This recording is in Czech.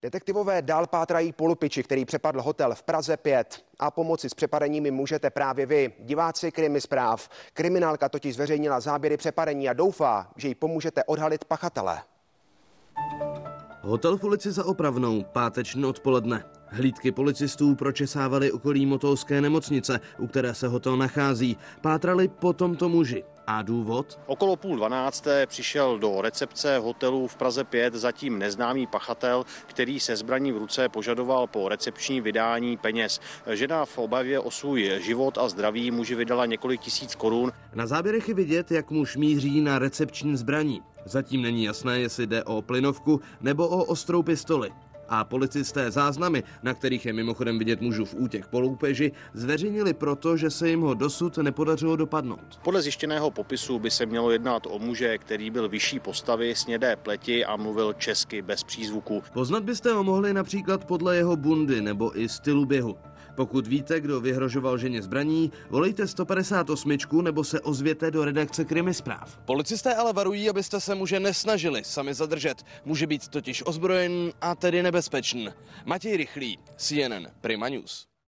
Detektivové dál pátrají po lupiči, který přepadl hotel v Praze 5. A pomoci s přepadeními můžete právě vy, diváci Krimi zpráv. Kriminálka totiž zveřejnila záběry přepadení a doufá, že jí pomůžete odhalit pachatele. Hotel v ulici Za Opravnou, páteční odpoledne. Hlídky policistů pročesávaly okolí Motolské nemocnice, u které se hotel nachází. Pátrali po tomto muži. A důvod? Okolo 11:30 přišel do recepce hotelu v Praze 5 zatím neznámý pachatel, který se zbraní v ruce požadoval po recepční vydání peněz. Žena v obavě o svůj život a zdraví muži vydala několik tisíc korun. Na záběrech je vidět, jak muž míří na recepční zbraní. Zatím není jasné, jestli jde o plynovku nebo o ostrou pistoli. A policisté záznamy, na kterých je mimochodem vidět mužův útěk po loupeži, zveřejnili proto, že se jim ho dosud nepodařilo dopadnout. Podle zjištěného popisu by se mělo jednat o muže, který byl vyšší postavy, snědé pleti a mluvil česky bez přízvuku. Poznat byste ho mohli například podle jeho bundy nebo i stylu běhu. Pokud víte, kdo vyhrožoval ženě zbraní, volejte 158 nebo se ozvěte do redakce Krimi zpráv. Policisté ale varují, abyste se muže nesnažili sami zadržet. Může být totiž ozbrojen a tedy nebezpečný. Matěj Rychlý, CNN Prima News.